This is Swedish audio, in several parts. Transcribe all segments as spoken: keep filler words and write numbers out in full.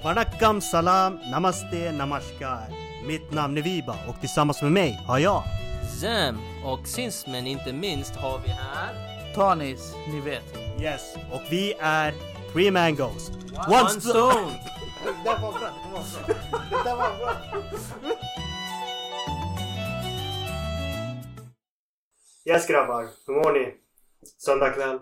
Vanakkam, salam, namaste, namaskar. Mitt namn är Viba och tillsammans med mig har jag Zam, och sist men inte minst har vi här Tanis, ni vet. Yes, och vi är Three Mangoes. One, One Stone. Det där var bra, det var bra. Det där var bra. Yes grabbar, hur mår ni? Söndag kväll.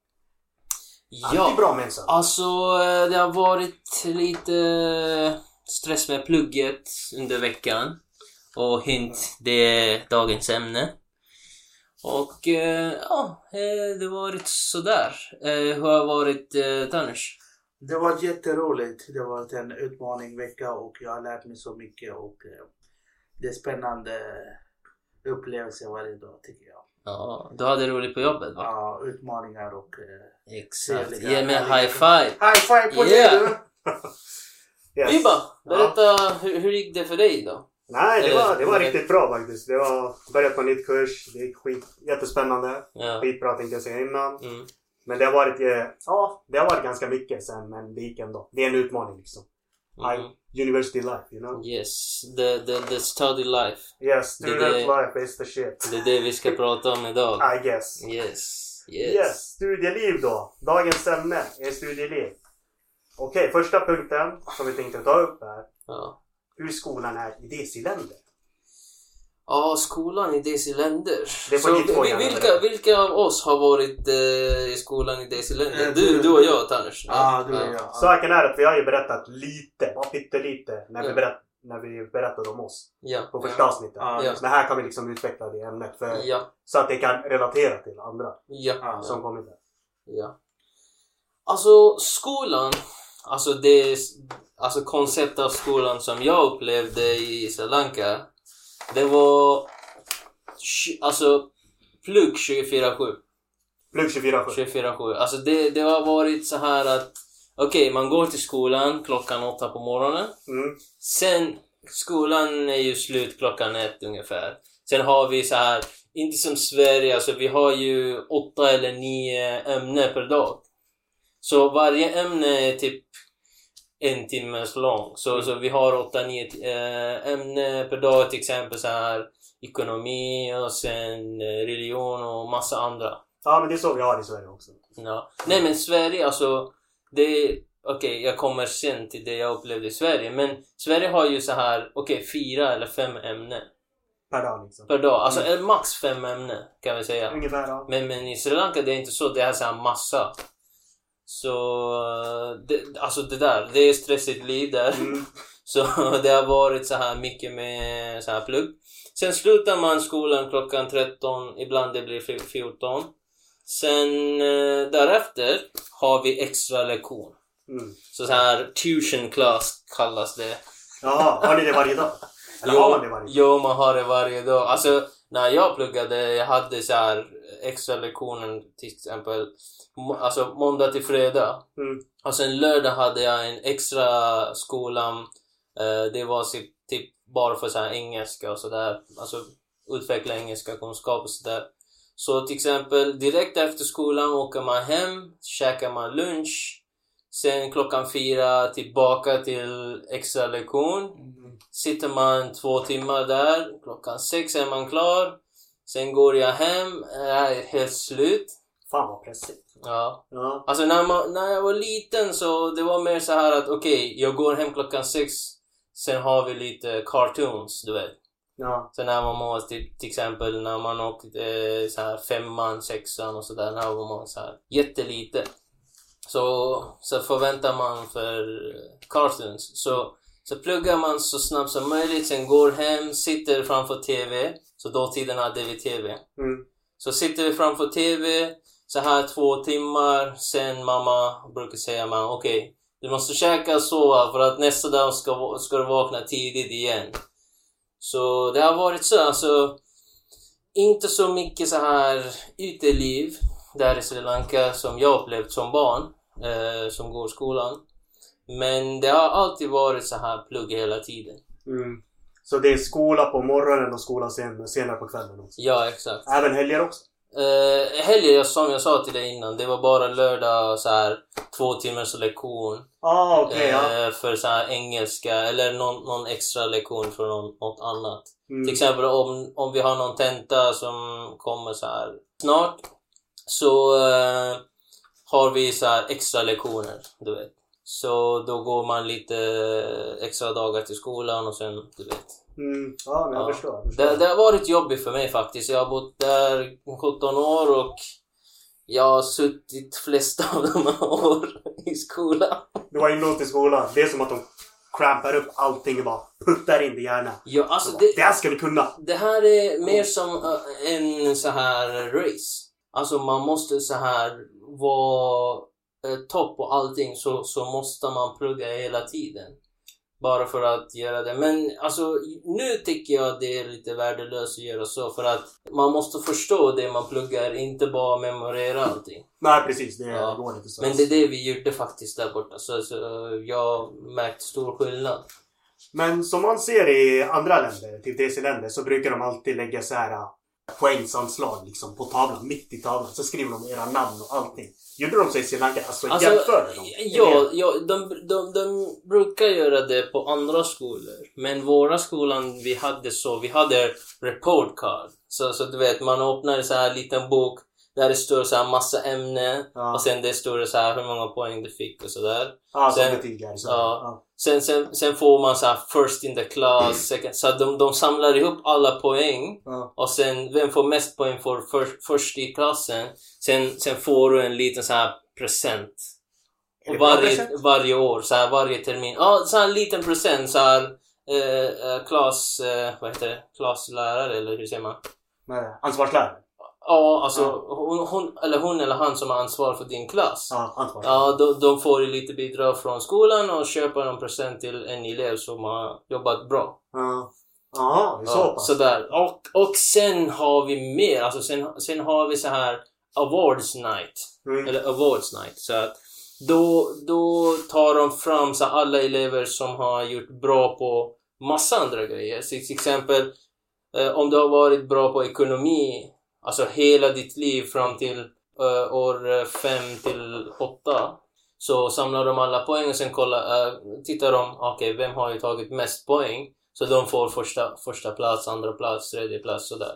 Ja, alltid bra med en söndag. Alltså det har varit lite stress med plugget under veckan. Och hint, det är dagens ämne. Och eh, ja, det har varit sådär. Eh, hur har det varit eh, Tanus? Det var jätteroligt. Det har varit en utmaning vecka och jag har lärt mig så mycket. Och eh, det är spännande upplevelse varje dag tycker jag. Ja, du hade roligt på jobbet va? Ja, utmaningar och... Eh, Exakt, ge mig high five. High five på Yeah. dig du! Yes. Viba, berätta ja. hur, hur gick det för dig då? Nej, det var, det var Eller, riktigt bra faktiskt. Det var börjat på en nytt kurs. Det gick skit, jättespännande. Ja. Skitbra tänkte jag säga innan. Mm. Men det har varit, eh, ja, det har varit ganska mycket sen, men det gick ändå. Det är en utmaning liksom. Mm. I, university life, you know? Yes, the, the, the study life. Yes, student det- life is the shit. Det är det vi ska prata om idag. I guess. Yes, Yes. yes. Studieliv då. Dagens ämne är studieliv. Okej, första punkten som vi tänkte ta upp är Ja. hur skolan är i Desi-länder. Ja, skolan i dessa länder. Det får Så ni två vi- gärna vilka, berätta. vilka av oss har varit eh, i skolan i dessa länder? Eh, Du, du- du och jag, Taners. Ja, du och jag. Saken är att vi har ju berättat lite, bara pyttelite, när, Ja. vi berätt, när vi berättade om oss Ja. på första avsnittet. Ja. Ja. Men här kan vi liksom utveckla det ämnet för, Ja. så att det kan relatera till andra Ja. Ja. som kommit där. Ja. Alltså skolan, alltså det, alltså konceptet av skolan som jag upplevde i Sri Lanka, det var tj- alltså plugg tjugofyra sju. Plugg tjugofyra sju. tjugofyra sju. Alltså det, det har varit så här att okej, okay, man går till skolan klockan åtta på morgonen. Mm. Sen, skolan är ju slut klockan ett ungefär. Sen har vi så här, inte som Sverige, alltså vi har ju åtta eller nio ämnen per dag. Så varje ämne är typ en timme lång. Så, Mm. så vi har åtta, nio äh, ämnen per dag, till exempel så här ekonomi och sen eh, religion och massa andra. Ja, men det är så vi har i Sverige också. Ja. Nej men Sverige, alltså det, okej, okay, jag kommer sen till det jag upplevde i Sverige, men Sverige har ju så här, okej, okay, fyra eller fem ämnen Per dag liksom. per dag, alltså mm. max fem ämnen kan vi säga. Ungefär, ja. Men, men i Sri Lanka det är inte så, det är så här massa. Så det, alltså det där, det är stressigt liv där. Mm. Så det har varit så här mycket med så här plugg. Sen slutar man skolan klockan tretton, ibland det blir fjorton. Sen eh, därefter har vi extra lektion. Mm. Så, så här tuition class kallas det. Jaha, har ni det varje dag? Eller har man det varje dag? Jo, man har det varje dag. Alltså när jag pluggade, jag hade så här extra lektioner till exempel må- alltså måndag till fredag. Mm. Och sen lördag hade jag en extra skola. Eh, det var typ, typ bara för så här engelska och sådär. Alltså utveckla engelska kunskap och sådär. Så till exempel direkt efter skolan åker man hem, käkar man lunch. Sen klockan fyra tillbaka till extra lektion. Mm. Sitter man två timmar där. Klockan sex är man klar. Sen går jag hem, är helt slut. Fan vad pressigt. Ja. Ja. Alltså när, man, när jag var liten så det var mer så här att okej, okay, jag går hem klockan sex. Sen har vi lite cartoons, du vet. Ja. Så när man var till, till exempel när man åkte eh, så här femman, sexan och sådär, när var man så här jättelite. Så, så förväntar man för cartoons. Så, så pluggar man så snabbt som möjligt, sen går hem, sitter framför tv. Så då tiden hade vi tv. Mm. Så sitter vi framför tv så här två timmar. Sen mamma brukar säga man okej, okay, du måste käka och sova för att nästa dag ska, ska du vakna tidigt igen. Så det har varit så, alltså inte så mycket så här uteliv där i Sri Lanka som jag upplevt som barn eh, som går i skolan. Men det har alltid varit så här plugg hela tiden. Mm. Så det är skola på morgonen och skola sen, senare på kvällen också? Ja, exakt. Även helger också? Uh, helger, som jag sa till dig innan, det var bara lördag så här två timmars lektion. Ah, okay, uh, ja. För så här engelska eller någon, någon extra lektion för någon, något annat. Mm. Till exempel om, om vi har någon tenta som kommer så här snart, så uh, har vi så här extra lektioner, du vet. Så då går man lite extra dagar till skolan och sen, du vet. Mm. Ja, men jag Ja. förstår. Jag förstår. Det, det har varit jobbigt för mig faktiskt. Jag har bott där sjutton år och jag har suttit flesta av de här år i skolan. Du var inlåst i skolan. Det är som att de crampar upp allting och bara puttar in det i hjärnan. Ja, alltså Det det, här ska vi kunna. det här är mer som uh, en så här race. Alltså man måste så här vara uh, topp på allting, så, så måste man plugga hela tiden. Bara för att göra det. Men alltså nu tycker jag det är lite värdelöst att göra så. För att man måste förstå det man pluggar, inte bara memorera allting. Nej, precis. Det Ja. går inte så. Men det är det vi gjorde faktiskt där borta. Så, så jag märkte stor skillnad. Men som man ser i andra länder, typ D C-länder, så brukar de alltid lägga så här poängsanslag liksom på tavlan, mitt i tavlan. Så skriver de era namn och allting. Gjorde de så i Sri Lanka? Alltså, Alltså, jämför de? ja, ja de, de, de brukar göra det på andra skolor. Men våra skolan, vi hade så, vi hade report card. Så, så du vet, man öppnar så här en liten bok där det står så här massa ämnen. Ja. Och sen det står det så här hur många poäng du fick och sådär. Ja, som sen- betyg är. Så. ja. Ja. Sen, sen, sen får man så här first in the class, second. Så de, de samlar ihop alla poäng. Ja. Och sen, vem får mest poäng får för, först i klassen. Sen, sen får du en liten så här present. Är det bra Varje, present? varje år, så här varje termin. Ja, så här en liten present, så här eh, eh, klass, eh, vad heter det? Klasslärare, eller hur säger man? Nej, ansvarslärare. Ja, alltså Ja. Hon, hon, eller hon eller han som har ansvar för din klass. Ja, ansvarslärare. Ja, de, de får ju lite bidrag från skolan och köper en present till en elev som har jobbat bra. Ja. Ja, det är så Ja, pass. sådär. Och, och sen har vi mer, alltså sen, sen har vi så här awards night. Mm. Eller awards night. Så att då, då tar de fram så alla elever som har gjort bra på massa andra grejer. Så till exempel eh, om du har varit bra på ekonomi, alltså hela ditt liv fram till eh, år fem till åtta, så samlar de alla poäng och sen kollar, eh, tittar de, okej, okay, vem har ju tagit mest poäng? Så de får första, första plats, andra plats, tredje plats, sådär.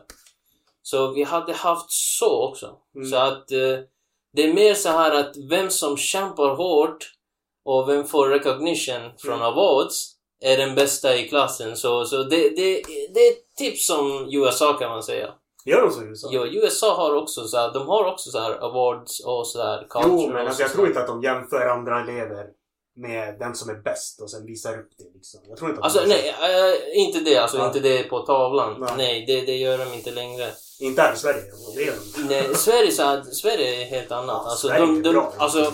Så vi hade haft så också. Mm. Så att eh, det är mer så här att vem som kämpar hårt och vem får recognition från Mm. awards är den bästa i klassen. Så, så det, det, det är ett tips som U S A, kan man säga. Gör de så i U S A? Jo, U S A har också så här, de har också så här awards och så här Jo, culture men och alltså, jag så tror här. inte att de jämför andra elever med den som är bäst och sen visar upp det liksom. Jag tror inte att Alltså de nej, äh, inte det, alltså Ja. inte det på tavlan. Nej. Nej, det, det gör de inte längre. Inte här i Sverige. Det gör de. Nej, Sverige, så här, Sverige är helt annat. Ja, Alltså, Sverige de, är de, bra. alltså,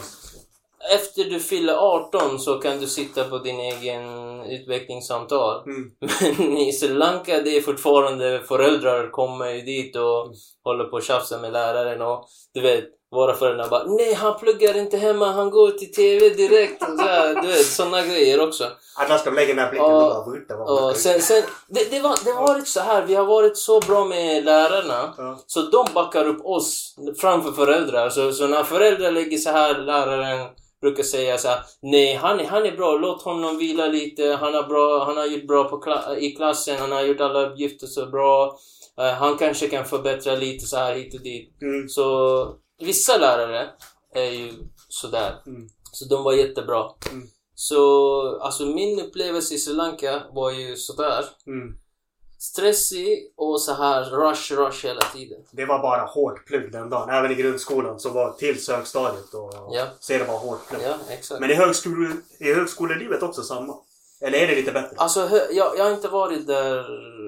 efter du fyller arton så kan du sitta på din egen utvecklingssamtal. Mm. Men i Sri Lanka, det är fortfarande föräldrar kommer ju dit och Mm. håller på att tjafsa med läraren. Och du vet, våra föräldrar bara, nej, han pluggar inte hemma, han går till tv direkt. Och så här, du vet, sådana grejer också. Annars de lägger den här blicken Ja. och bara vurta. Och sen, sen, det, det, var, det har varit så här, vi har varit så bra med lärarna. Ja. Så de backar upp oss framför föräldrar. Så, så när föräldrar lägger så här, läraren brukar säga så här, nej, han är, han är bra, låt honom vila lite. Han har, bra, han har gjort bra på kla- i klassen, han har gjort alla uppgifter så bra. Uh, han kanske kan förbättra lite så här hit och dit. Mm. Så vissa lärare är ju sådär. Mm. Så de var jättebra. Mm. Så alltså min upplevelse i Sri Lanka var ju sådär. Mm. Stressig och så här rush, rush hela tiden. Det var bara hårt plugg den dagen. Även i grundskolan så var till högstadiet och Ja. så är det bara hårt plugg. Ja, exakt. Men i högskole, i högskolelivet också samma? Eller är det lite bättre? Alltså hö- jag, jag har inte varit där,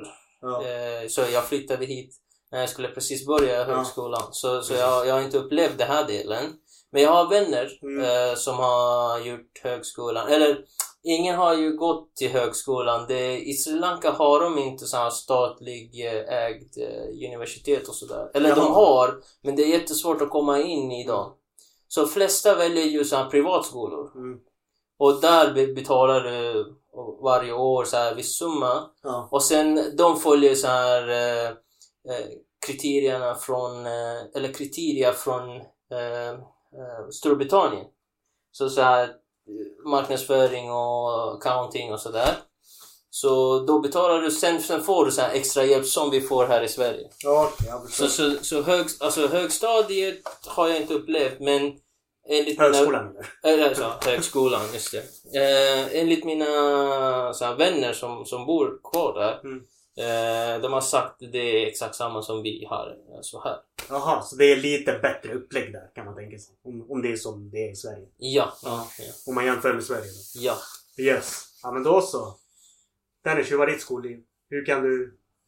Ja. eh, så jag flyttade hit när jag skulle precis börja Ja. högskolan. Så, så jag, jag har inte upplevt den här delen. Men jag har vänner Mm. eh, som har gjort högskolan. Eller ingen har ju gått till högskolan. Det, i Sri Lanka har de inte så här statlig eh, ägd eh, universitet och sådär. Eller Jaha. de har, men det är jättesvårt att komma in i dem. Så flesta väljer ju så här privatskolor. Mm. Och där be- betalar du varje år så här viss summa. Ja. Och sen de följer så här eh, eh, kriterierna från, eh, eller kriterier från eh, eh, Storbritannien. Så så här marknadsföring och accounting och sådär. Så då betalar du, sen, sen får du så här extra hjälp som vi får här i Sverige. Ja, ja, så så, så hög, alltså högstadiet har jag inte upplevt, men enligt högskolan mina, eller så, högskolan, just det. Eh, enligt mina så här, vänner som, som bor kvar där, mm. eh, de har sagt det är exakt samma som vi har så här. Jaha, så det är lite bättre upplägg där kan man tänka sig. Om, om det är som det är i Sverige. Ja, ja, ja. Om man jämför med Sverige då. Ja. Yes. Ja, men då så. Dennis, hur var ditt skolliv? Hur kan du...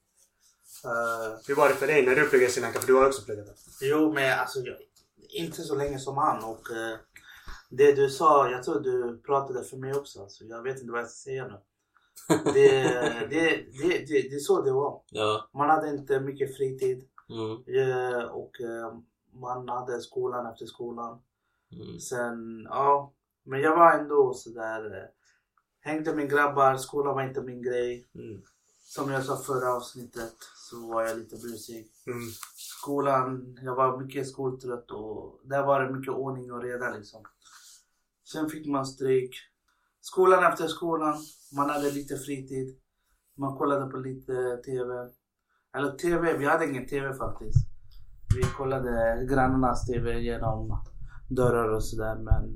Uh, hur var det för dig när du pluggade i Sri Lanka? För du har också pluggat där. Jo, men alltså jag, inte så länge som han. Och uh, det du sa, jag tror du pratade för mig också. Alltså, jag vet inte vad jag ska säga nu. Det, det, det, det, det är så det var. Ja. Man hade inte mycket fritid. Mm. Uh, och uh, man hade skolan efter skolan. Mm. Sen, ja. Men jag var ändå så där... Uh, hängde med grabbar, skolan var inte min grej. Mm. Som jag sa förra avsnittet så var jag lite busig. Mm. Skolan, jag var mycket skoltrött och där var det mycket ordning och reda liksom. Sen fick man stryk. Skolan efter skolan, man hade lite fritid. Man kollade på lite tv. Eller tv, vi hade ingen tv faktiskt. Vi kollade grannarnas tv genom dörrar och sådär, men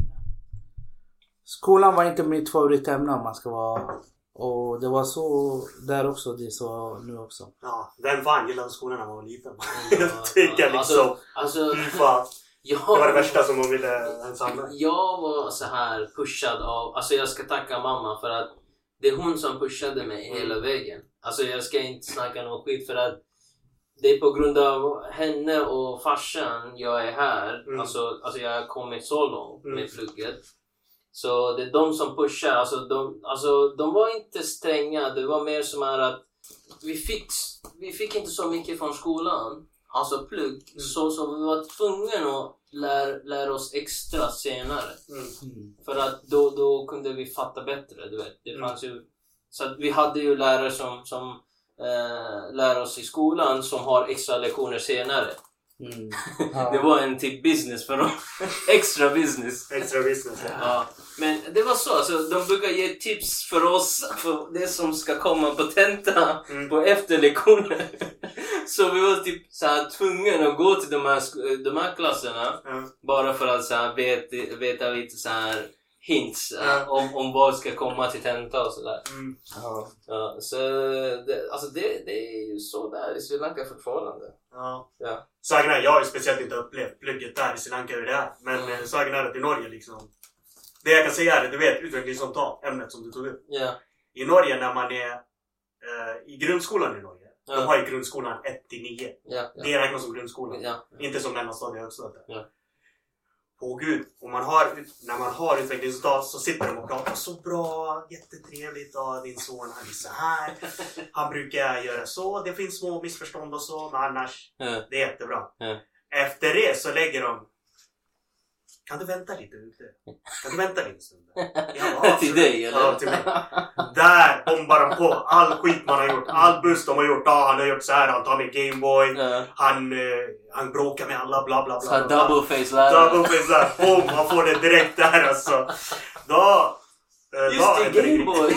skolan var inte mitt favoritämne om man ska vara. Och det var så där också, det är så nu också. Ja, vem fan gillade skolan när man var liten? Jag tycker liksom. Alltså, alltså fan. jag, det var det värsta som man ville ens hamna. Jag var så här pushad av, alltså jag ska tacka mamma för att det är hon som pushade mig mm. hela vägen. Alltså jag ska inte snacka någon skit för att det är på grund av henne och farsan jag är här. Mm. Alltså, alltså jag har kommit så långt mm. med plugget. Så det är de som pushar, alltså de, alltså de var inte stränga, det var mer som är att vi fick, vi fick inte så mycket från skolan, alltså plugg, mm. så, så vi var tvungna att lära, lära oss extra senare. Mm. För att då, då kunde vi fatta bättre, du vet. Det fanns ju, så att vi hade ju lärare som, som eh, lär oss i skolan som har extra lektioner senare. Mm. Ja. Det var en typ business för dem. Extra business. Extra business, ja. Ja. Men det var så, alltså, de brukar ge tips för oss för det som ska komma på tenta mm. på efterlektioner. Så vi var typ så här tvungna att gå till de här, de här klasserna mm. bara för att så här, veta, veta lite så här hints mm. om, om vad ska komma till tenta och sådär. Mm. Ja. Ja, så det, alltså det, det är ju så där i Sri Lanka fortfarande. Ja. Ja. Saken är, jag har ju speciellt inte upplevt plugget där i Sri Lanka hur det är. Men mm. saken är att i Norge liksom. Det jag kan säga är att du vet utvecklingssamtal, ämnet som du tog upp. Yeah. I Norge när man är eh, i grundskolan i Norge. Yeah. De har ju grundskolan ett till nio. Yeah, yeah. Det räknas som grundskolan. Yeah, yeah. Inte som mellanstadiet högstadiet. Yeah. Åh gud, och man har, när man har utvecklingssamtal så sitter de och pratar så bra, jättetrevligt, och din son han är så här, han brukar göra så, det finns små missförstånd och så, men annars, yeah. det är jättebra. Yeah. Efter det så lägger de, kan du vänta lite ute? Kan du vänta lite stund? Ja, till dig eller? Ja, till mig. Där bombar de på all skit man har gjort. All buss de har gjort. Ja, han har gjort så här. Han tar med Gameboy. Ja. Han, eh, han bråkar med alla. Bla bla bla. bla, bla. Double face där. Double face där. Boom, man får det direkt där alltså. Då... Eh, Just då, det, Gameboy.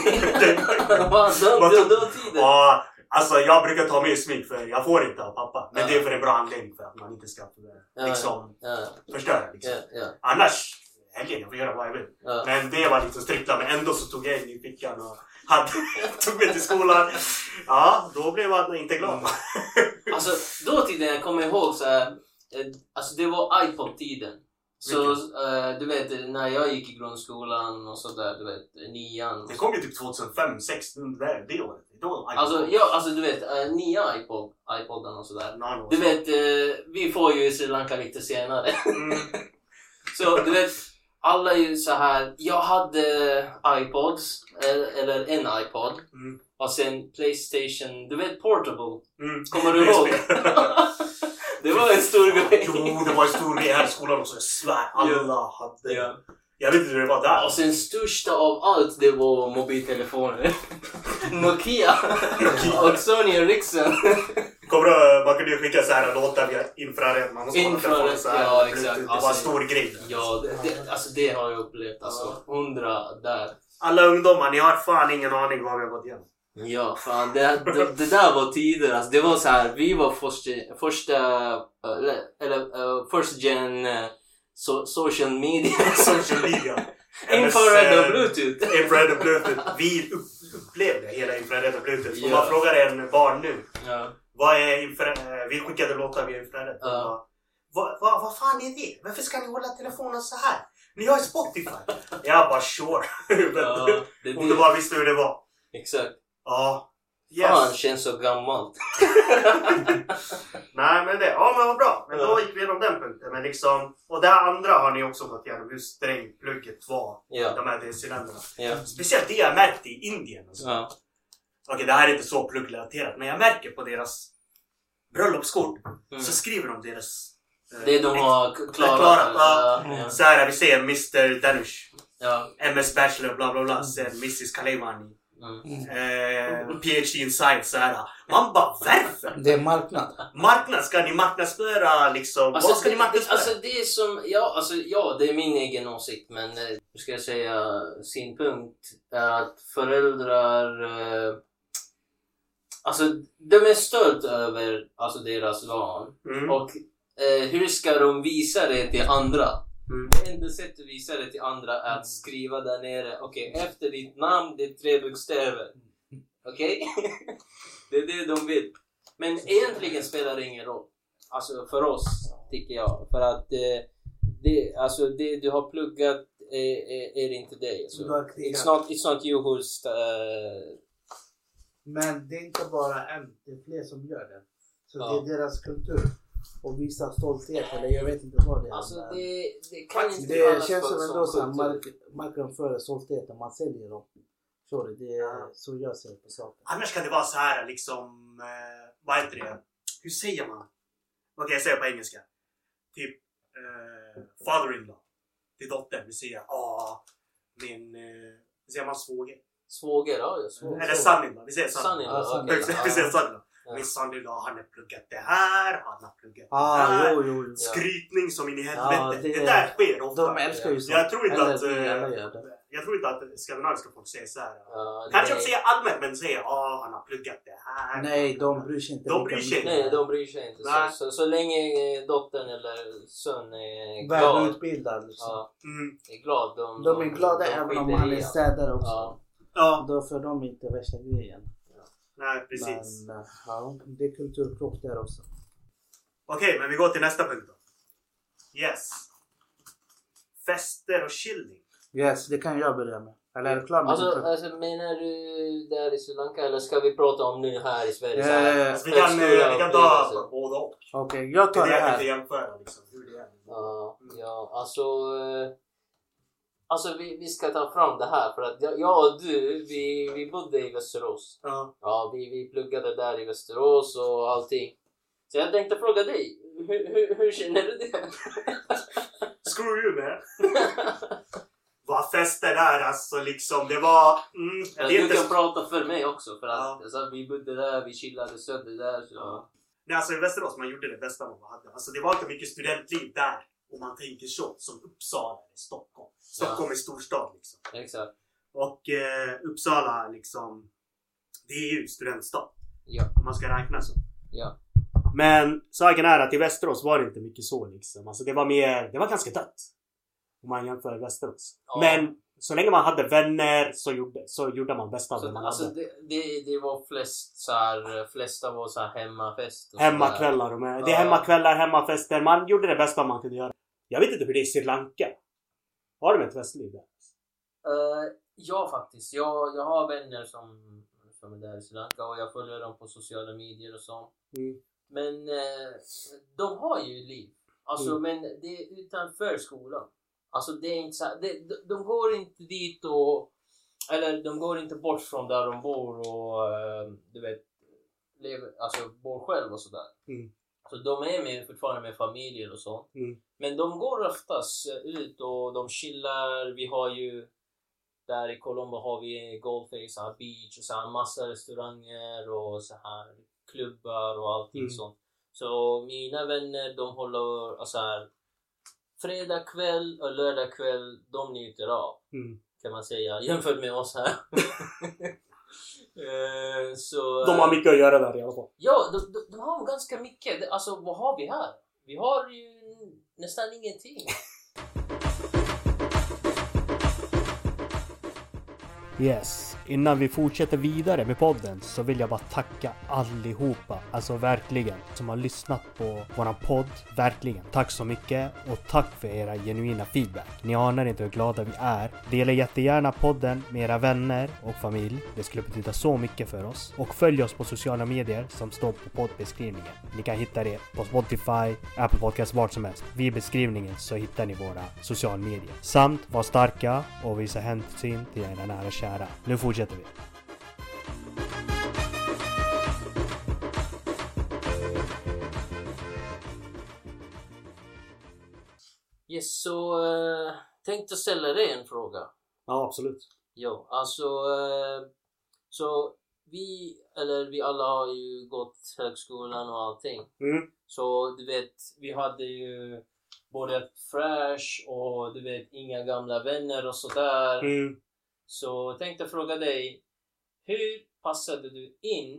Vad då tiden? Ja, alltså jag brukar ta med smink för jag får inte av pappa. Men ja. det är för en bra anledning för att man inte ska liksom ja, ja. förstöra liksom. Ja, ja. Annars, helgen, jag får göra vad jag vill. Ja. Men det var lite striktla, men ändå så tog jag in i fickan och hade, tog mig till skolan. Ja, då blev man inte glad. Mm. Alltså, då tiden jag kommer ihåg så här, alltså det var iPod-tiden. Så uh, du vet, när jag gick i grundskolan och sådär, du vet, nian. Det kom ju typ tjugohundrafem, sexton, det, det året. Då, alltså, ja, alltså du vet, uh, nya iPod, iPoden och sådär. No, du vet, uh, vi får ju i Sri Lanka lite senare. Mm. Så du vet, alla är ju så här. Jag hade iPods, eller en iPod. Mm. Och sen PlayStation, du vet, Portable. Mm. Kommer du ihåg? Det var en stor grej. Jo, det var en stor grej här i skolan också. Jag svär, alla yeah. hade. Yeah. Jag vet inte hur det var där. Och sen största av allt, det var mobiltelefoner. Nokia. Nokia. Och Sony Ericsson. Kommer du, man kunde ju skicka så här låtar via infrared. Man måste Infrared, så här, ja exakt. det var Alltså, en stor grej. Ja, det, det, alltså det har jag upplevt. Alltså hundra där. Alla ungdomar, ni har fan ingen aning vad vi har gått igenom. Ja, fan. Det, det, det där var tider. Alltså, det var så här, vi var första, första eller, eller uh, first gen uh, so, social media. Social media. Infrared och bluetooth. Infrared och bluetooth. Vi upp, upplevde hela infrared och bluetooth. Om Ja. man frågar en barn nu. Ja. Vad är infrared? Vi skickade låtar via infrared. Ja. Vad, vad, vad fan är det? Varför ska ni hålla telefonen så här? Ni har ju Spotify. Jag bara sure. Ja, det, Om du bara visste hur det var. Exakt. Ja. Yes. Fan, känns så gammalt. Nej men det, ja men vad bra. Men Ja. då gick vi igenom den punkten. Men liksom, och det här andra har ni också gått igenom. Hur strängt plugget var. Ja. De här D C-länderna. Ja. Speciellt det jag märkte i Indien. Alltså. Ja. Okej, det här är inte så pluggrelaterat. Men jag märker på deras bröllopskort. Mm. Så skriver de deras... eh, Det de har klarat. klarat. klarat Ja. ja. Ja. Så här, vi ser mister Danish. Ja. M S Bachelor, bla bla bla. Sen missus Kaleimani. Mm. Eh, P H D in Science, så här. Man bara, varför? Det är marknad. Marknad, ska ni marknadsföra liksom? Alltså, Vad ska det, ni marknadsföra? alltså det är som, ja, alltså, ja det är min egen åsikt, men eh, hur ska jag säga, sin punkt är att föräldrar eh, alltså de är stolt över alltså, deras barn Mm. och eh, hur ska de visa det till andra? Mm. Det enda sättet att visa det till andra är att skriva där nere, okej, okay, efter ditt namn, det är tre bokstäver. Okej? Okay? Det är det de vill. Men egentligen spelar det ingen roll. Alltså för oss, tycker jag. För att eh, det, alltså det du har pluggat är, är, är inte det. Så, Du har krigat. it's, not, it's not you who's... Uh, Men det är inte bara en, det är fler som gör det. Så Ja. det är deras kultur. Och visa stolthet, eller jag vet inte vad det är. alltså men det, det kan inte det kallas känns för som ändå så här kultur. mark, marknadsföra stoltheten, man säljer dem. Så det, det är så jag ser på saken. Annars kan det vara så här liksom, eh, vad heter det? Hur säger man? Vad kan jag säga på engelska? Typ eh, father-in-law till dottern. Vi säger, ah, min, eh, vi säger man svåger. Svåger, ja. ja svåger. Eller son-in-law, vi säger Son-in-law, son-in-law. okej. Vi Ja. säger son-in-law. Ja. Min son-in-law, han har pluggat det här, han har pluggat det Ah, här. jo, jo, jo. Skrytning som in i Ja, helvete. det- det, där sker ofta. De älskar ju sånt. Jag tror inte Eller att, vi eh, alla gör det. jag tror inte att skandinaviska folk säger så här. Ja, Kanske det- inte säger allmänt, men säger ah, han har pluggat det här. Nej, de bryr sig inte De lika bryr sig mycket. Nej, de bryr sig inte. Nej. Så, så, så länge eh, dottern eller son är glad, Välutbildad liksom. ja, Mm. är glad. De, De är glada även om skiter han i är han. städare också. Ja. Ja, Då får de inte värsta grejen. nej precis. Men ja, det är kulturkrock där också. Okej, men vi går till nästa punkt då. Yes. Fester och chilling. Yes, det kan jag börja med. Eller är du klar med Alltså, det? alltså menar du där i Sri Lanka eller ska vi prata om nu här i Sverige? Ja, Så här, ja, ja. Alltså, vi, kan, eh, högskola vi kan upplevelse. ta båda och. Okej, jag Det tar är det det jag här. vill jämföra liksom, hur det är. Ja, ja, alltså... eh, Alltså vi, vi ska ta fram det här för att jag, jag och du, vi, vi bodde i Västerås. Ja. Ja, vi, vi pluggade där i Västerås och allting. Så jag tänkte fråga dig, hur, hur, hur känner du det? Screw you man. Vad fester där alltså liksom. Det var... Mm, jag Du vet inte. kan prata för mig också för att Ja. alltså, vi bodde där, vi chillade sönder där. Så. Ja. Nej, alltså i Västerås man gjorde det bästa man hade. Alltså det var inte mycket studentliv där. Om man tänker så. Som Uppsala eller Stockholm. Stockholm Ja. är storstad liksom. Exakt. Och eh, Uppsala liksom. Det är ju studentstad. Ja. Om man ska räkna så. Ja. Men saken är att i Västerås var det inte mycket så liksom. Alltså det var mer, det var ganska dött. Om man jämför Västerås. Ja. Men så länge man hade vänner så gjorde, så gjorde man bästa av Så, det man alltså hade. det, det, det var flest så här, flesta var så här hemmafest. och Hemmakvällar. Och med, det är Ja. hemmakvällar, hemmafester. Man gjorde det bästa man kunde göra. Jag vet inte hur det är i Sri Lanka. Har de ett festliv där? Uh, ja faktiskt. Jag, jag har vänner som, som är där i Sri Lanka och jag följer dem på sociala medier och så. Mm. Men uh, de har ju liv. Alltså Mm. men det är utanför skolan. Alltså det är inte så här, det, de, de går inte dit och eller de går inte bort från där de bor och uh, du vet lever, alltså bor själv och sådär. Mm. Så de är med, fortfarande med familjer och så. Mm. Men de går oftast ut och de chillar. Vi har ju där i Colombo har vi Goldface, här beach och så här massa restauranger och så här klubbar och allting Mm. sånt. Så mina vänner, de håller alltså här, fredag kväll och lördag kväll, de njuter av. Mm. Kan man säga, jämfört med oss här. Eh, så, De har mycket att göra där i alla fall. Ja, de, de, de har ganska mycket. Alltså, vad har vi här? Vi har ju nästan ingenting. Yes, innan vi fortsätter vidare med podden så vill jag bara tacka allihopa, alltså verkligen, som har lyssnat på våran podd. Verkligen, tack så mycket och tack för era genuina feedback. Ni anar inte hur glada vi är. Dela jättegärna podden med era vänner och familj. Det skulle betyda så mycket för oss. Och följ oss på sociala medier som står på poddbeskrivningen. Ni kan hitta det på Spotify, Apple Podcast, vart som helst. Vid beskrivningen så hittar ni våra sociala medier. Samt var starka och visa hänsyn till era nära kära. Nu fortsätter vi. Yes, så uh, tänkte ställa dig en fråga. Ja, absolut. Jo, alltså uh, så vi, eller vi alla har ju gått högskolan och allting. Mm. Så du vet, vi hade ju både fresh och du vet, inga gamla vänner och sådär. Mm. Så tänkte fråga dig, hur passade du in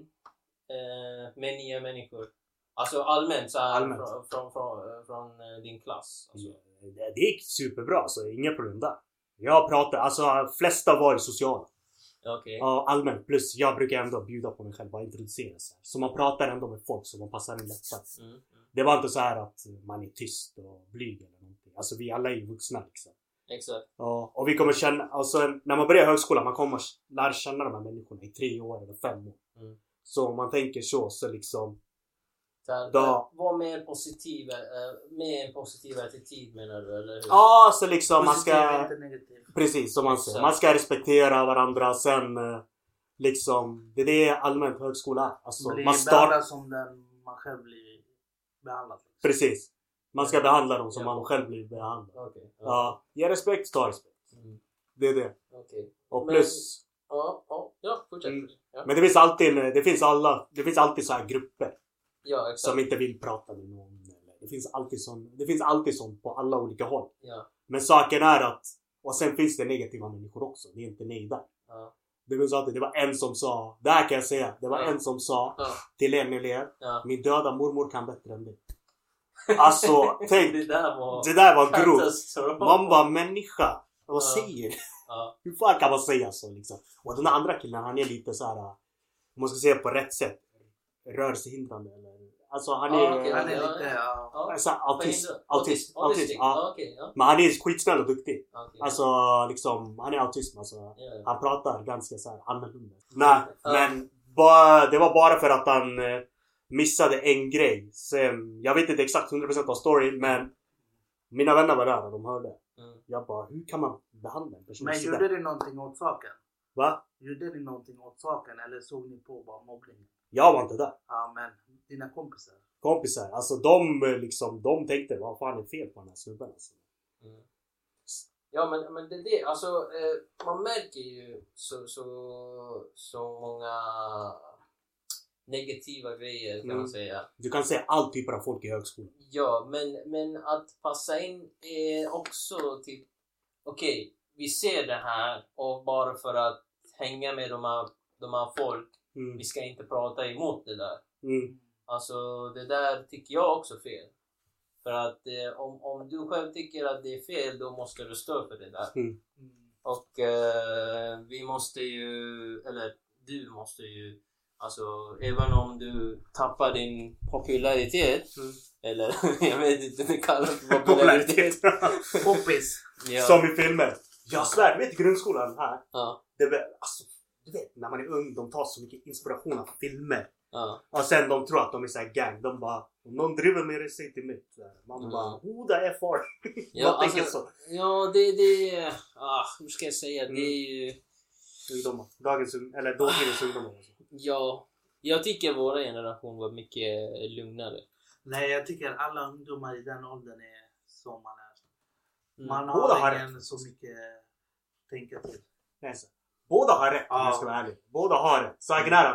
eh, med nya människor? Alltså allmänt så här Allmänt. Från, från, från, från eh, din klass. Alltså. Det, det gick superbra, så inga problem där. Jag pratar, alltså flesta var ju sociala. Okej. Ja, allmänt. Plus jag brukar ändå bjuda på mig själv, bara introducera sig. Så man pratar ändå med folk som man passar in lättare. Mm, mm. Det var inte så här att man är tyst och blyg eller någonting. Alltså vi alla är ju vuxna liksom. Exakt. Ja, och vi kommer känna, alltså när man börjar högskolan, man kommer lära känna de här människorna i tre år eller fem år. Mm. Så om man tänker så, så liksom... Så här, Då- var mer positiv, eh, med en positiv attityd menar du, eller hur? Ja, så liksom man Positiv, ska... inte negativ. Precis, som man säger. Exakt. Man ska respektera varandra, sen eh, liksom... Det är det allmänt högskola är. Alltså, Bli man startar... behandlad som den man själv blir behandlad. Precis. Man ska behandla dem som Ja. man själv blir behandlad. Okej. Ja. Ja, ge respekt, ta respekt. Mm. Det är det. Okej. Och Men- plus... Ja, ja, ja, fortsätt. Mm. Ja. Men det finns alltid, det finns alla, det finns alltid så här grupper ja, exakt. som inte vill prata med någon. Eller det finns alltid sån, det finns alltid sånt på alla olika håll. Ja, Men saken är att, och sen finns det negativa människor också. Det är inte nej där. ja, Det finns alltid, det var en som sa, det här kan jag säga, det var Ja. en som sa ja, till en elev, ja. min döda mormor kan bättre än dig. Alltså, tänk, Det där var... det där var grovt. katastrof. Man var människa. Vad Ja. säger du? Ja, Hur fan kan man säga så liksom? Och den andra killen, han är lite så här, om man ska säga på rätt sätt, rörelsehindrande eller... Alltså han är... Ja, okej, Han är ja, lite, ja. ja. Ja. Alltså, autist, Förhindra- autist, autist, ja. Ja, okej, ja. Men han är skitsnäll och duktig. Okej. Alltså liksom, han är autism alltså. Ja, ja. Han pratar ganska så här annorlunda. Nej, Ja. men bara, det var bara för att han eh, missade en grej. Sen, jag vet inte exakt hundra procent av storyn, men mina vänner var där och de hörde. Mm. Jag bara, hur kan man behandla en person Men sådär? gjorde ni någonting åt saken? Va? Gjorde ni någonting åt saken eller såg ni på bara mobbning? Jag var inte där. Ja, men dina kompisar. Kompisar, alltså de eh, liksom, de tänkte, vad fan är fel på den här snubben alltså. Mm. Ja, men, men det är det. Alltså, eh, man märker ju så, så, så många negativa grejer kan Mm. man säga. Du kan säga all typer av folk i högskolan. Ja, men, men att passa in är också typ, okej, vi ser det här och bara för att hänga med de här, de här folk, Mm. vi ska inte prata emot det där. Mm. Alltså det där tycker jag också är fel. För att eh, om, om du själv tycker att det är fel, då måste du stå för det där. Mm. Mm. Och eh, vi måste ju, eller du måste ju, alltså även om du tappar din popularitet, Mm. eller jag vet inte, det kallas för popularitet. Poppis. Ja. Som i filmer. Jag svär, du vet i grundskolan här. Ja, Det var, alltså, du vet när man är ung, de tar så mycket inspiration av filmer. ja, Och sen de tror att de är så här gang. De bara, om någon driver med det, säg till mitt. Man Mm. bara, who the F are? ja, Man tänker alltså, så. ja det, det, ah, hur ska jag säga, Mm. det är ju, Ungdomar. Dagens ung- eller dåtidens ungdomar. Alltså. ja, jag tycker vår generation var mycket lugnare. Nej, jag tycker alla ungdomar i den åldern är som man är. Mm. Man Båda har har rätt. ingen så mycket tänka till. Nej, så. Båda har rätt om Ja. jag ska vara ärlig. Båda har rätt. Saken är att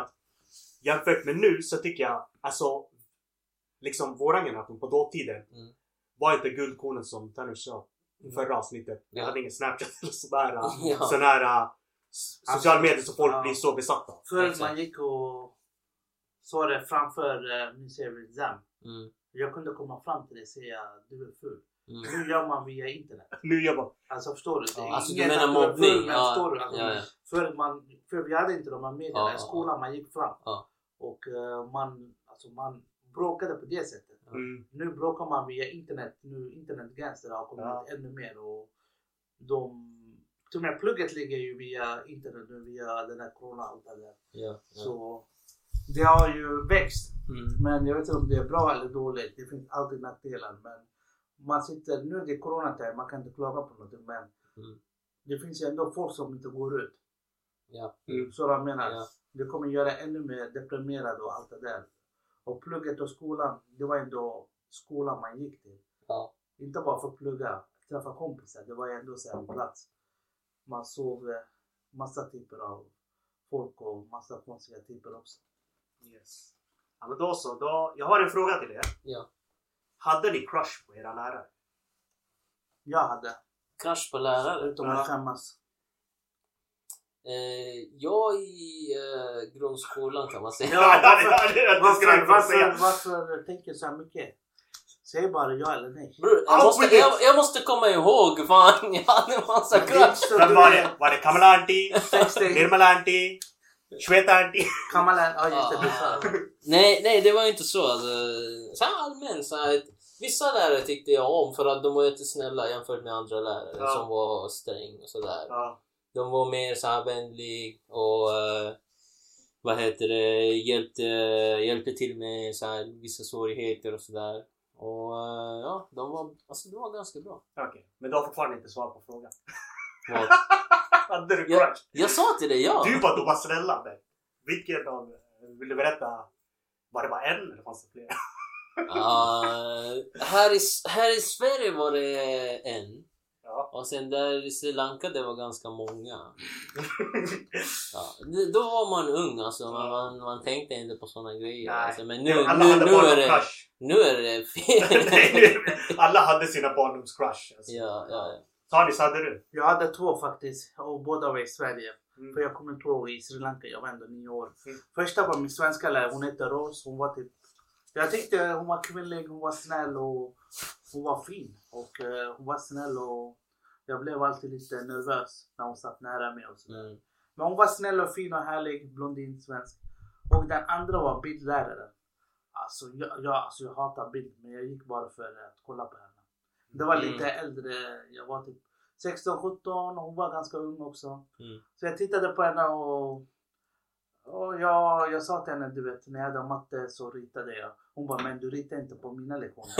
jämfört med nu så tycker jag, alltså liksom våran generation på dåtiden Mm. var inte guldkornen som Tanus sa i förra avsnittet. Vi Ja. hade ingen Snapchat eller sådär, Ja. sån här uh, social medier som folk Ja. blir så besatta av. Förr Exakt. man gick och såg det framför uh, min serie Zam. Mm. Jag kunde komma fram till det och säga du är full. Mm. Nu gör man via internet. Nu jobbar Alltså förstår du? Det är Ja, alltså, du inget menar att är full, mobbning? men Ja, förstår du? Alltså, ja, ja. För, man, för vi hade inte de här medierna Ja, i ja, skolan, man gick fram. Ja. Och uh, man, alltså, man bråkade på det sättet. mm. Nu bråkar man via internet. Nu internetgränser har kommit Ja. ännu mer. Och de, till och med plugget ligger ju via internet nu, via den här corona och allt det där. Ja, ja. Så det har ju växt. Mm. Men jag vet inte om det är bra eller dåligt. Det finns alltid nackdelar. Men man sitter, nu är det coronatid, man kan inte klaga på något. Men Mm. det finns ju ändå folk som inte går ut. Ja. Mm. Så jag menar, Ja. det kommer göra ännu mer deprimerad och allt det där. Och plugget och skolan, det var ändå skolan man gick till. Ja. Inte bara för att plugga, träffa kompisar. Det var ändå så här en plats. Man såg eh, massa typer av folk och massa konstiga typer också. Yes. Ja, men då så, då, jag har en fråga till er. Ja. Hade ni crush på era lärare? Jag hade, Crush på lärare. utom Ja. att skämmas. Eh, jag i eh, grundskolan kan man säga. Ja, varför, det, det, det varför, skulle jag kunna varför, säga. varför tänker du så här mycket? Säg bara ja eller nej. Bror, jag, Allt måste, på det. jag, jag måste komma ihåg, fan, jag hade en massa Men det är inte crush. så Vem du var är- det? Var det Kamala Auntie? Sex steg. Nirmala Auntie? Shweta Auntie? Kamala, ja just det, du sa Ah. det. Nej, nej, det var inte så. Alltså, så här allmänt, så här, vissa lärare tyckte jag om för att de var inte snälla jämfört med andra lärare Ja. som var sträng och sådär. Ja. De var mer så här vänlig och uh, vad heter det, hjälpte, hjälpte till med så här, vissa svårigheter och sådär. Och uh, ja, de var, alltså, de var ganska bra. Okej, men du har fortfarande inte svar på frågan. Vad? Hade du Ja. crush? Jag sa till dig, ja. Du bara, de var snälla. Men vilken av... Vill du berätta? Var det bara en eller fanns det fler? Uh, här, i, här i Sverige var det en. Ja. Och sen där i Sri Lanka det var ganska många. Ja, det- då var man ung alltså, man, man, man tänkte inte på såna grejer. Nej. Alltså, men nu, Alla nu, hade nu, är det, barndomscrush. nu är det fel. Alla hade sina barndomscrush. Alltså. Ja, ja, ja. Tanis, hade du? Jag hade två faktiskt och båda var i Sverige. Mm. För jag kommer inte ihåg i Sri Lanka, jag var ändå nio år. Mm. Första var min svenska lärare, hon hette Rose. Hon var typ... Jag tyckte hon var kvinnlig, hon var snäll och hon var fin. Och uh, hon var snäll och jag blev alltid lite nervös när hon satt nära mig och sådär. Mm. Men hon var snäll och fin och härlig, blondin, svensk. Och den andra var bildläraren. Alltså jag, jag, alltså jag hatar bild, men jag gick bara för att kolla på henne. Det var lite Mm. äldre, jag var typ sexton sjutton och hon var ganska ung också. Mm. Så jag tittade på henne och, och jag, jag sa till henne, du vet, när jag hade matte så ritade jag. Hon bara, men du ritar inte på mina lektioner.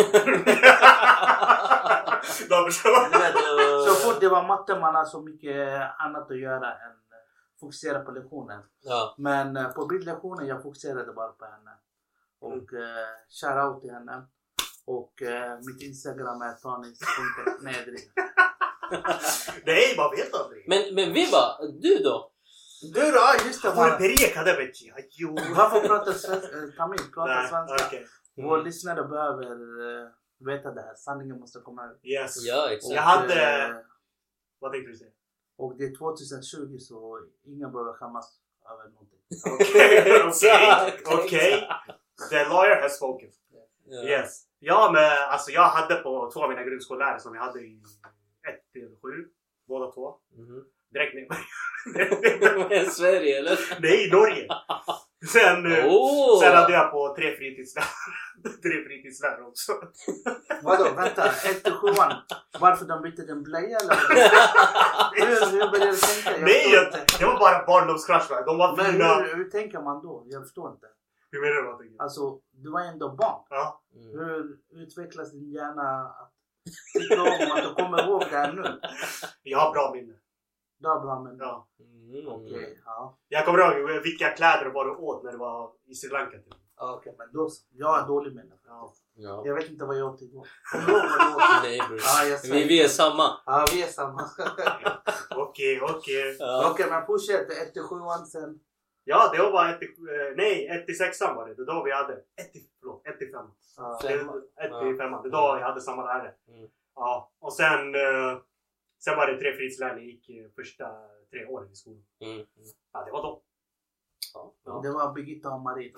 De förstår. Du vet, så fort det var matte man har så mycket annat att göra än fokusera på lektionen. Ja. Men eh, på bildlektionen jag fokuserade bara på henne. Och eh, shoutout till henne. Och eh, mitt Instagram är tanis punkt nedrig. Nej, man vet aldrig. Men, men Viva, du då? Du då? Just det. Var det Man, Pereka där vet jag? Jo. varför pratar svenska? Eh, Tamil, prata Nej, svenska. okej. Mm. Vår lyssnare behöver eh, veta det här. Sanningen måste komma ut. Yes. Ja, exakt. Jag hade... eh, Vad tänkte du säga? och det är tjugohundratjugo så ingen behöver skämmas över någonting. Okej, okej, Exakt, okej. The lawyer has spoken. Ja. Yes. Ja, men alltså jag hade på två av mina grundskollärare som jag hade i ett till sju. Båda två. Mhm. Direkt ner. Men Sverige eller? Nej, Norge. Sen, eh, Oh. sen hade jag på tre fritidslärare. tre fritidslärare också. Vadå? Vänta. ett till sjuan. Varför de bytte den blöja eller? hur, hur började du tänka? Jag Nej, förstår jag, inte. det var bara barndomscrush. va? De var Men fina. hur, hur tänker man då? Jag förstår inte. Hur menar du? Vad tänker du? Alltså, du var ändå barn. Ja. Mm. Hur utvecklas din hjärna att tycka om att du kommer ihåg det här nu? Jag har bra minne. Det var bra men... Ja. Mm. Okej, ja. Jag kommer ihåg vilka kläder och vad du åt när du var i Sri Lanka. Typ. Ja, Okej, men då så. Jag har dålig minne. Ja. Ja. Jag vet inte vad jag åt igår. Kommer du ihåg vad du åt? Nej bror. Ja, jag säger. Vi, vi är samma. Ja, vi är samma. Okej, okej. Ja. Okej, men fortsätt. ett till sjuan sen. Ja, det var ett till, eh, nej, ett till sexan var det. Det då vi hade ett till, förlåt, ett till femman. Ja. Femman. Ett till femman. Det då jag hade samma lärare. Mm. Ja, och sen, eh, sen var det tre fritidslärare gick eh, första tre åren i skolan. Mm. Mm. Ja, det var då. Ja. Ja. Det var Birgitta och Marie.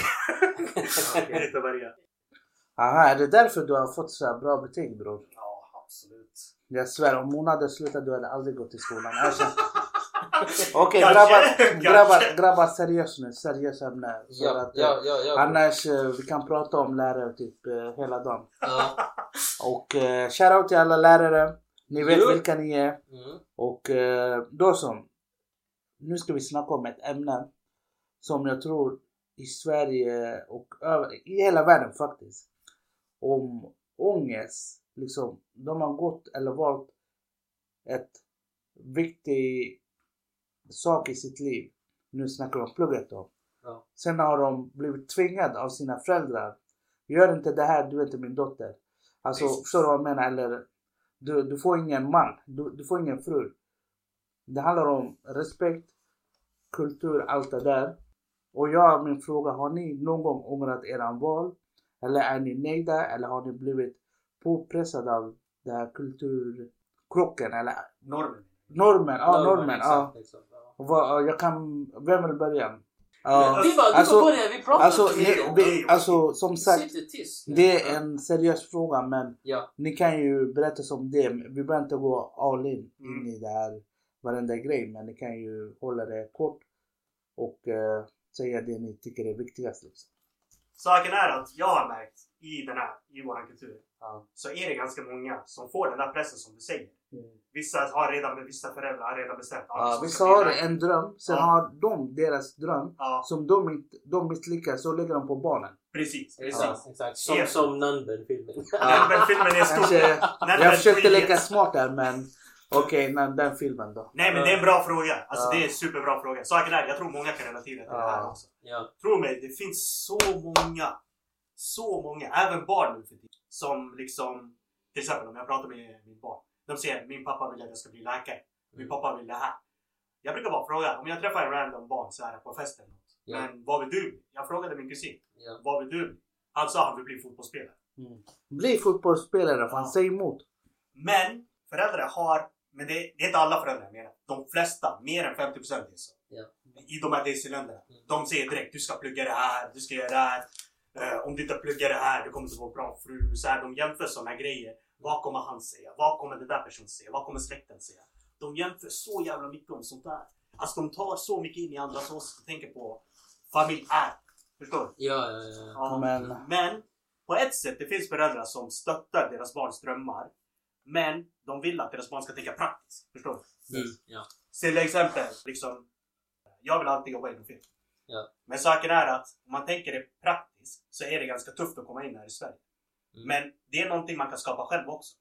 Ja, det är lite varje. Aha, är det därför du har fått så här bra betyg bror? Ja, absolut. Jag svär, om hon hade slutat du hade aldrig gått till skolan. Okej okay, Kanske, grabbar, kanske. grabbar, grabbar seriöst nu, seriöst ämne. Så Ja, att, ja, ja, ja. annars eh, vi kan prata om lärare typ eh, hela dagen. Ja. Och eh, shoutout till alla lärare. Ni vet Jo. vilka ni är. Mm. Och eh, då som, nu ska vi snacka om ett ämne som jag tror i Sverige och över, i hela världen faktiskt. Om ångest. Liksom, de har gått eller valt ett viktigt sak i sitt liv. Nu snackar de om plugget då. Ja. Sen har de blivit tvingade av sina föräldrar. Gör inte det här, du är inte min dotter. Alltså, Precis. förstår du vad jag menar? Eller, du, du får ingen man, du, du får ingen fru. Det handlar om respekt, kultur, allt det där. Och jag har min fråga, har ni någon gång ångrat eran val? Eller är ni nöjda? Eller har ni blivit påpressade av den här kulturkrocken? Eller Normen. normen, ja normen, ja. exakt, exakt, ja. Och vad, jag kan, vem vill börja? Ja. Vi bara, du Alltså- får börja, vi pratar. Alltså, inte. ni, vi, alltså som sagt, Sitter tyst. det är en seriös fråga, men Ja. ni kan ju berätta som det. Vi behöver inte gå all in, Mm. in i det här varenda grej, men ni kan ju hålla det kort och eh, säga det ni tycker är viktigast. Liksom. Saken är att jag har märkt i den här, i våran kultur, Ja. så är det ganska många som får den där pressen som du säger. Mm. Vissa har redan, vissa föräldrar har redan bestämt. Ja, så vissa ska har bli det. en dröm, sen Ja. har de deras dröm. Ja, Som de, inte, de misslyckas, så lägger de på barnen. precis. precis. Ja, exakt. Som, Ja. som Nunben-filmen. Ja. Men filmen är stor. Kanske, Nej, jag men försökte skit. leka smart där, men okej, okay, den filmen då. Nej, men det är en bra fråga. Alltså Ja. det är en superbra fråga. Saken är, jag tror många kan relatera till det här Ja. också. Ja. Tro mig, det finns så många, så många, även barn nu för tiden, som liksom, till exempel om jag pratar med min barn. De säger, min pappa vill att jag ska bli läkare. Min pappa vill det här. Jag brukar bara fråga, om jag träffar en random barn så här på festen. Ja. Men vad vill du bli? Jag frågade min kusin, Ja. vad vill du bli? Han sa han vill bli fotbollsspelare. Mm. Bli fotbollsspelare, fan, Ja. säg emot. Men föräldrar har, men det, det är inte alla föräldrar jag menar. De flesta, mer än femtio procent är så. Ja. I de här DC-länderna. Mm. De säger direkt, du ska plugga det här, du ska göra det här. Eh, om du inte pluggar det här, du kommer inte få en bra fru. Så här, de jämför sådana grejer. Vad kommer han säga? Vad kommer den där personen säga? Vad kommer släkten säga? De jämför så jävla mycket om sånt där. Alltså de tar så mycket in i andras åsikter och tänker på familj är. Förstår du? Ja, ja, ja. Ja. Men- Men på ett sätt, det finns föräldrar som stöttar deras barns drömmar. Men de vill att deras barn ska tänka praktiskt. Förstår du? Mm. Ja. Till exempel, liksom, jag vill alltid jobba inom film. Ja. Men saken är att om man tänker det praktiskt så är det ganska tufft att komma in här i Sverige. Mm. Men det är någonting man kan skapa själv också.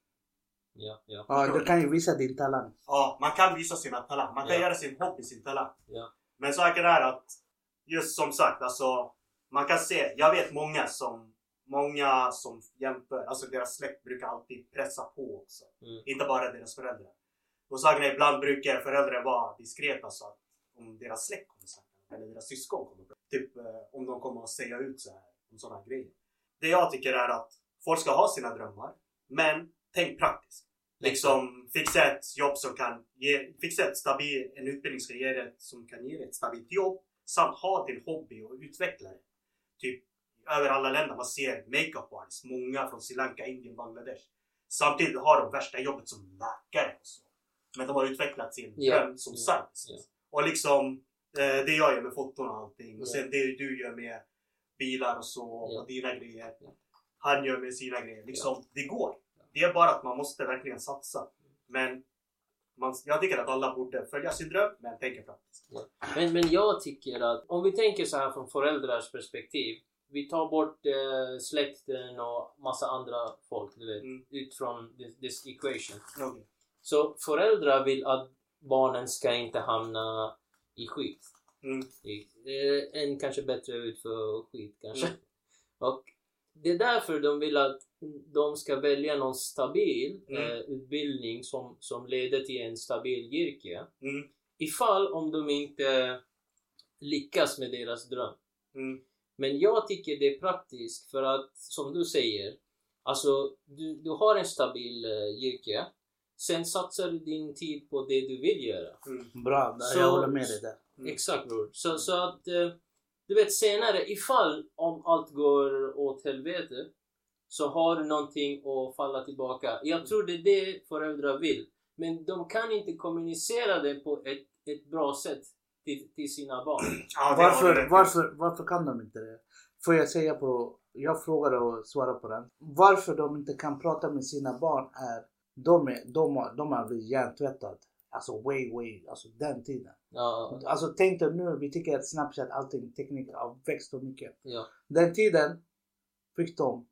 Ja, ja. Ja, du kan ju visa din talang. Ja, man kan visa sina talang. Man kan Ja. göra sin hobby, sin talang. Ja. Men saken är att, just som sagt, alltså, man kan se, jag vet många som, många som jämför, alltså deras släkt brukar alltid pressa på också. Mm. Inte bara deras föräldrar. Och saken är, ibland brukar föräldrar vara diskreta så att om deras släkt kommer snacka, eller deras syskon kommer, typ eh, om de kommer att säga ut så här, om sådana grejer. Det jag tycker är att folk ska ha sina drömmar, men tänk praktiskt. Liksom fixa ett jobb som kan ge, fixa ett stabil, en utbildning ska ge det, som kan ge dig ett stabilt jobb, samt ha din hobby och utveckla det. Typ över alla länder man ser makeup artists, många från Sri Lanka, Indien, Bangladesh. Samtidigt har de värsta jobbet som läkare och så. Men de har utvecklat sin Ja. dröm som science. Ja. Och liksom eh, det jag gör med foton och allting. Och Ja. sen det du gör med bilar och så, Ja. och dina grejer. Ja. Han gör med sina grejer. Liksom, det går. Det är bara att man måste verkligen satsa. Men man, jag tycker att alla borde följa sin dröm, men tänka praktiskt. Men, men jag tycker att om vi tänker så här från föräldrars perspektiv. Vi tar bort eh, släkten och massa andra folk, du vet, Mm. ut från this, this equation. Okay. Så föräldrar vill att barnen ska inte hamna i skit. Mm. I, eh, en kanske bättre ut för skit kanske. Mm. Och det är därför de vill att de ska välja någon stabil Mm. eh, utbildning som, som leder till en stabil yrke. Mm. Ifall om de inte lyckas med deras dröm. Mm. Men jag tycker det är praktiskt för att, som du säger, alltså du, du har en stabil uh, yrke. Sen satsar du din tid på det du vill göra. Mm. Bra, Så- jag håller med dig där. Mm. Exakt bror. Så, så att uh, du vet senare, ifall om allt går åt helvete, så har du någonting att falla tillbaka. Jag tror det är det föräldrar vill. Men de kan inte kommunicera det på ett, ett bra sätt till, till sina barn. Ja, det har du Varför, rätt i. varför, varför kan de inte det? Får jag säga på, jag frågar och svarar på den. Varför de inte kan prata med sina barn är, de är, de har, de har blivit hjärntvättade. Alltså way, way, alltså den tiden. Ja, Alltså tänk dig nu, vi tycker att Snapchat, allting, teknik har växt så mycket. ja, Den tiden fick de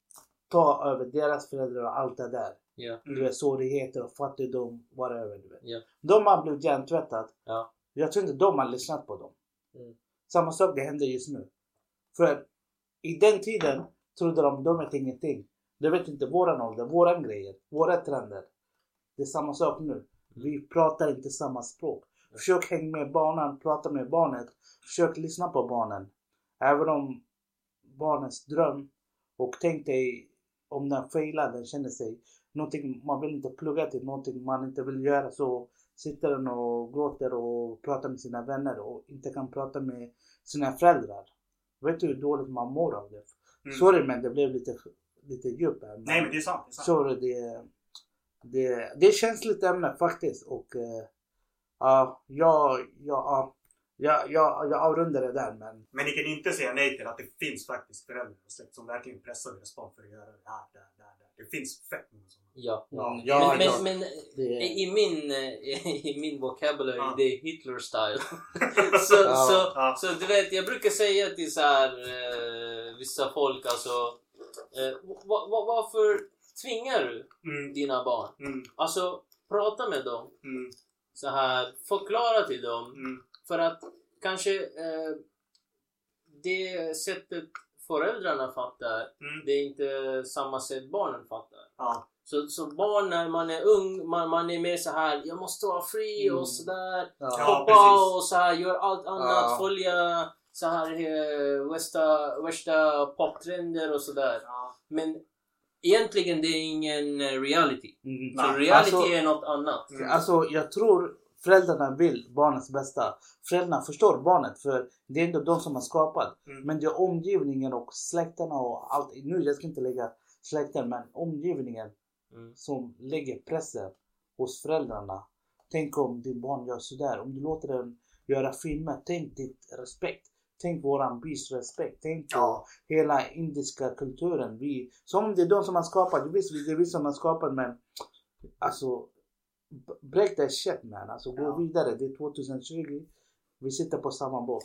ta över deras föräldrar och allt det där. ja, Du vet, svårigheter och fattigdom, whatever du vet. ja, De har blivit hjärntvättade. ja. Jag tror inte de har lyssnat på dem. Mm. Samma sak det händer just nu. För i den tiden trodde de de vet ingenting. De vet inte våran ålder, våran grejer, våra trender. Det är samma sak nu. Vi pratar inte samma språk. Försök hänga med barnen, prata med barnet. Försök lyssna på barnen. Även om barnens dröm, och tänk dig om den failar, den känner sig någonting man vill inte plugga till, någonting man inte vill göra, så sitter den och gråter och pratar med sina vänner och inte kan prata med sina föräldrar. Vet du hur dåligt man mår av det? Mm. Sorry, men det blev lite, lite djupt här. Nej, men det är sant. Det är sant. Sorry, det, det, det är känsligt ämne faktiskt. Och uh, ja, ja, ja, ja, ja, jag avrundar det där. Men Men ni kan inte säga nej till att det finns faktiskt föräldrar och släkt som verkligen pressar deras barn för att göra det här, där, där, där. Det finns fett många sådana. Ja. ja, Ja, ja, men ja, men, men det, i min, i min vocabulary, Ja. det är Hitler style. så, Ja. så, Ja. så du vet, jag brukar säga till så här, eh, vissa folk, alltså, eh, va, va, varför tvingar du Mm. dina barn? Mm. Alltså, prata med dem, Mm. så här, förklara till dem. Mm. För att kanske eh, det sättet föräldrarna fattar, Mm. det är inte samma sätt barnen fattar. Ja. Så, så barn när man är ung, man, man är mer så här, jag måste vara fri Mm. och sådär. ja. Ja. Hoppa precis. och så här, gör allt annat, Ja. följa så här eh, värsta, värsta poptrender och sådär. Ja. Men egentligen det är ingen eh, reality. Mm. Så Nej. reality Alltså- är något annat. Mm. Alltså jag tror föräldrarna vill barnets bästa. Föräldrarna förstår barnet, för det är inte de som har skapat. Mm. Men det är omgivningen och släkterna och allt. Nu jag ska inte lägga släkten, men omgivningen Mm. som lägger pressen hos föräldrarna. Tänk om din barn gör sådär. Om du låter den göra filmer, tänk ditt respekt. Tänk våran bys respekt. Tänk på Ja. hela indiska kulturen. Vi, som det är de som har skapat. Visst, det är vi som har skapat, men alltså b- break that shit man. Alltså gå Ja. vidare. Det är tjugohundratjugo. Vi sitter på samma båt.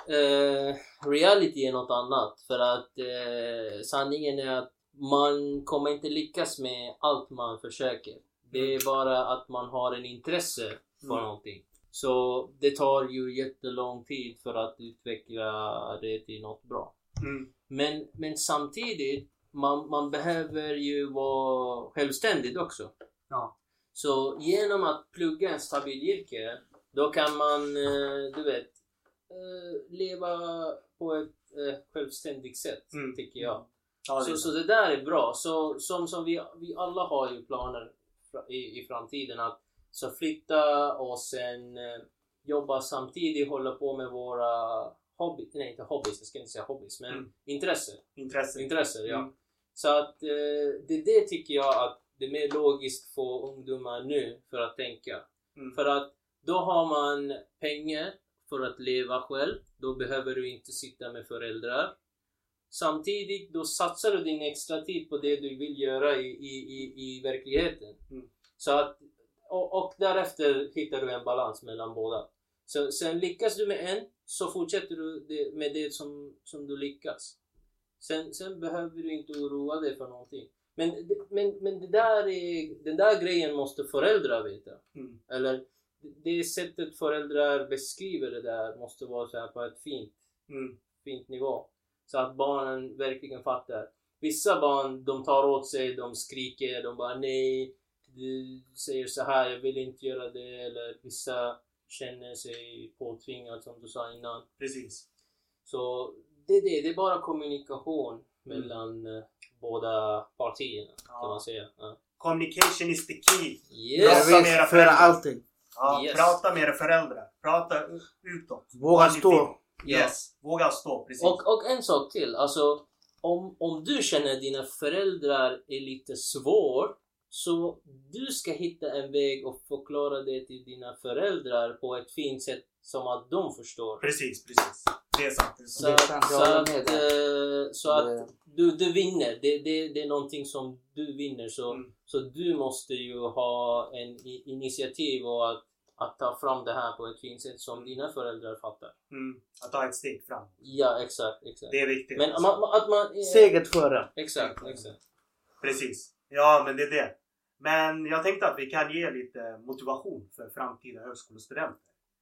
Eh, reality är något annat, för att eh, sanningen är att man kommer inte lyckas med allt man försöker. Det är bara att man har en intresse för Mm. någonting. Så det tar ju jättelång tid för att utveckla det till något bra. Mm. Men, men samtidigt, man, man behöver ju vara självständig också. Ja. Så genom att plugga en stabil yrke, då kan man, eh, du vet, eh, leva på ett eh, självständigt sätt, Mm. tycker jag. Ja, det är Så, så sant. det där är bra. Så, som som vi, vi alla har ju planer fra- i, i framtiden att så flytta och sen eh, jobba samtidigt, hålla på med våra hobby, nej inte hobbies, jag ska inte säga hobbies, men Mm. intressen. Intresse. Intresser, ja. Mm. Så att eh, det, det tycker jag att det är mer logiskt för ungdomar nu för att tänka. Mm. För att då har man pengar för att leva själv. Då behöver du inte sitta med föräldrar. Samtidigt då satsar du din extra tid på det du vill göra i, i, i, i verkligheten. Mm. Så att, och, och därefter hittar du en balans mellan båda. Så sen lyckas du med en, så fortsätter du det, med det som, som du lyckas. Sen, sen behöver du inte oroa dig för någonting. Men, det- men, men det där är, den där grejen måste föräldrar veta. Mm. Eller det sättet föräldrar beskriver det där måste vara så här på ett fint, Mm. fint nivå. Så att barnen verkligen fattar. Vissa barn, de tar åt sig, de skriker, de bara nej, du säger så här, jag vill inte göra det. Eller vissa känner sig påtvingad som du sa innan. Precis. Så det är det, det är bara kommunikation mellan mm. båda partierna ja. kan man säga. Ja. Communication is the key. Yes. Prata med era föräldrar. Allting. Ja, yes. Prata med era föräldrar. Prata utåt. Våga stå. Yes, ja. Våga stå, precis. Och, och en sak till, alltså om, om du känner att dina föräldrar är lite svår, så du ska hitta en väg och förklara det till dina föräldrar på ett fint sätt som att de förstår. Precis, precis. Det är sant. Det är så, sant. Så, att, äh, så att du, du vinner. Det, det, det är någonting som du vinner. Så, mm. så du måste ju ha en initiativ och att, att ta fram det här på ett fint sätt som dina föräldrar fattar. Mm. Att ta ett steg fram. Ja, exakt. exakt. Det är viktigt. Men man, att man... Steget före. Exakt, exakt. Precis. Ja, men det är det. Men jag tänkte att vi kan ge lite motivation för framtida högskolestudenter.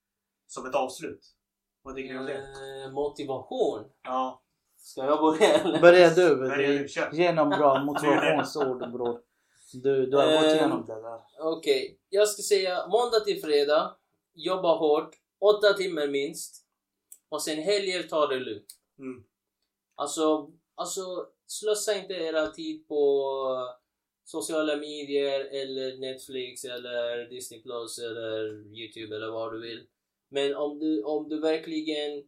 Som ett avslut. Vad tycker du om det? Eh, motivation? Ja. Ska jag börja eller? Börja du. Börja du. Kör. Genom bra motivationsord, bror. Du, du har eh, gått igenom det där. Okej. Okay. Jag ska säga måndag till fredag. Jobba hårt. Åtta timmar minst. Och sen helger tar det lugnt. Mm. Alltså, alltså slösa inte era tid på sociala medier eller Netflix eller Disney Plus eller YouTube eller vad du vill. Men om du, om du verkligen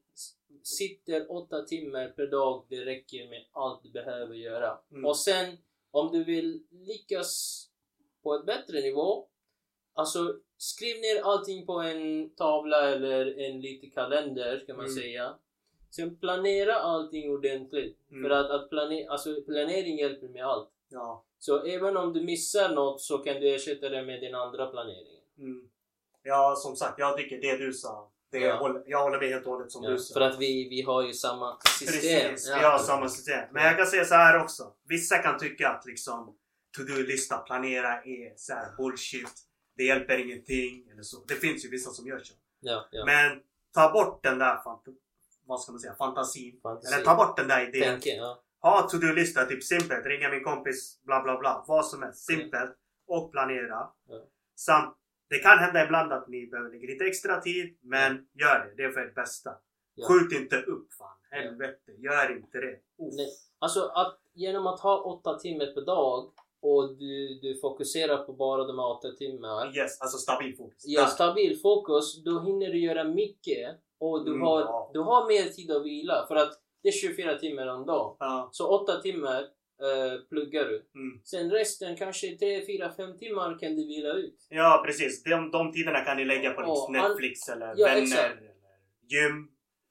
sitter åtta timmar per dag, det räcker med allt du behöver göra. Mm. Och sen om du vill lyckas på ett bättre nivå, alltså skriv ner allting på en tavla eller en liten kalender kan man mm. säga. Sen planera allting ordentligt. Mm. För att, att planera, alltså planering hjälper med allt. Ja. Så även om du missar något så kan du ersätta det med din andra planering. Mm. Ja, som sagt, jag tycker det du sa. Det ja. håller, jag håller med helt och hållet som ja, du sa. För att vi, vi har ju samma system. Precis, ja. vi har samma system. Men jag kan säga så här också. Vissa kan tycka att liksom to-do-lista, planera är så här bullshit. Det hjälper ingenting eller så. Det finns ju vissa som gör så. Ja, ja. Men ta bort den där fant- vad ska man säga, fantasin. Fantasi. Eller ta bort den där idén. Tänken, ja. Ha to-do-lista, typ simpelt. Ringa min kompis, bla bla bla. Vad som helst. Simpelt. Och planera. Ja. Samt, det kan hända ibland att ni behöver lägga lite extra tid. Men ja. Gör det. Det är för ert bästa. Ja. Skjut inte upp, fan. Helvete. Gör inte det. Nej. Alltså, att, genom att ha åtta timmar per dag och du, du fokuserar på bara de här åtta timmar. Yes, alltså stabil fokus. Ja, stabil fokus. Då hinner du göra mycket. Och du, mm, har, ja. du har mer tid att vila. För att det är tjugofyra timmar om dagen. Ja. Så åtta timmar uh, pluggar du. Mm. Sen resten, kanske tre, fyra, fem timmar kan du vila ut. Ja, precis. De, de tiderna kan ni lägga på liksom Netflix all... eller ja, vänner. Exakt. Eller gym.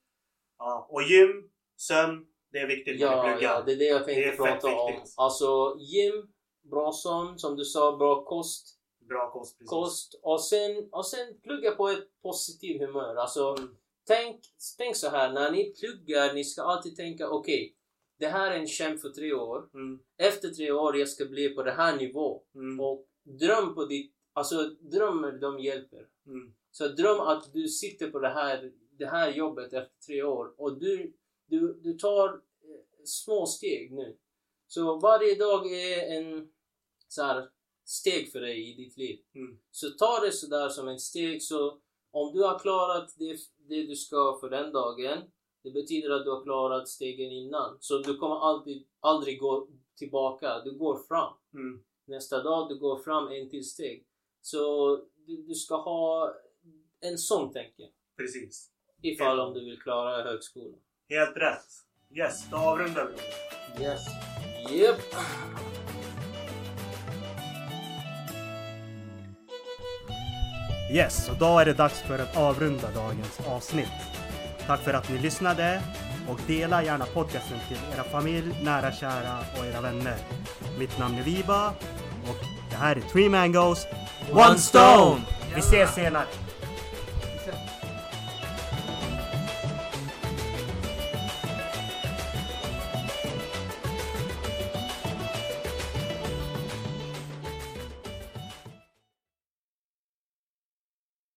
Ja. Och gym, sömn. Det är viktigt ja, när du pluggar. Ja, det är det jag tänkte prata om. Alltså gym, bra sömn, som du sa, bra kost. Bra kost, precis. Kost. Och sen, och sen plugga på ett positivt humör. Alltså... Mm. Tänk, tänk så här, när ni pluggar, ni ska alltid tänka, okej, okay, det här är en kämp för tre år. Mm. Efter tre år jag ska bli på det här nivå. Mm. Och dröm på ditt, alltså drömmar de hjälper. Mm. Så dröm att du sitter på det här, det här jobbet efter tre år. Och du, du, du tar eh, små steg nu. Så varje dag är en så här, steg för dig i ditt liv. Mm. Så ta det så där som en steg, så om du har klarat det, det du ska för den dagen, det betyder att du har klarat stegen innan. Så du kommer alltid, aldrig gå tillbaka. Du går fram. Mm. Nästa dag du går fram en till steg. Så du, du ska ha en sån tänke. Precis. Ifall om du vill klara högskolan. Helt rätt. Yes, då avrundar vi. Yes. Yep. Yes, och då är det dags för att avrunda dagens avsnitt. Tack för att ni lyssnade och dela gärna podcasten till era familj, nära, kära och era vänner. Mitt namn är Viba och det här är Three Mangoes, One Stone! Vi ses senare!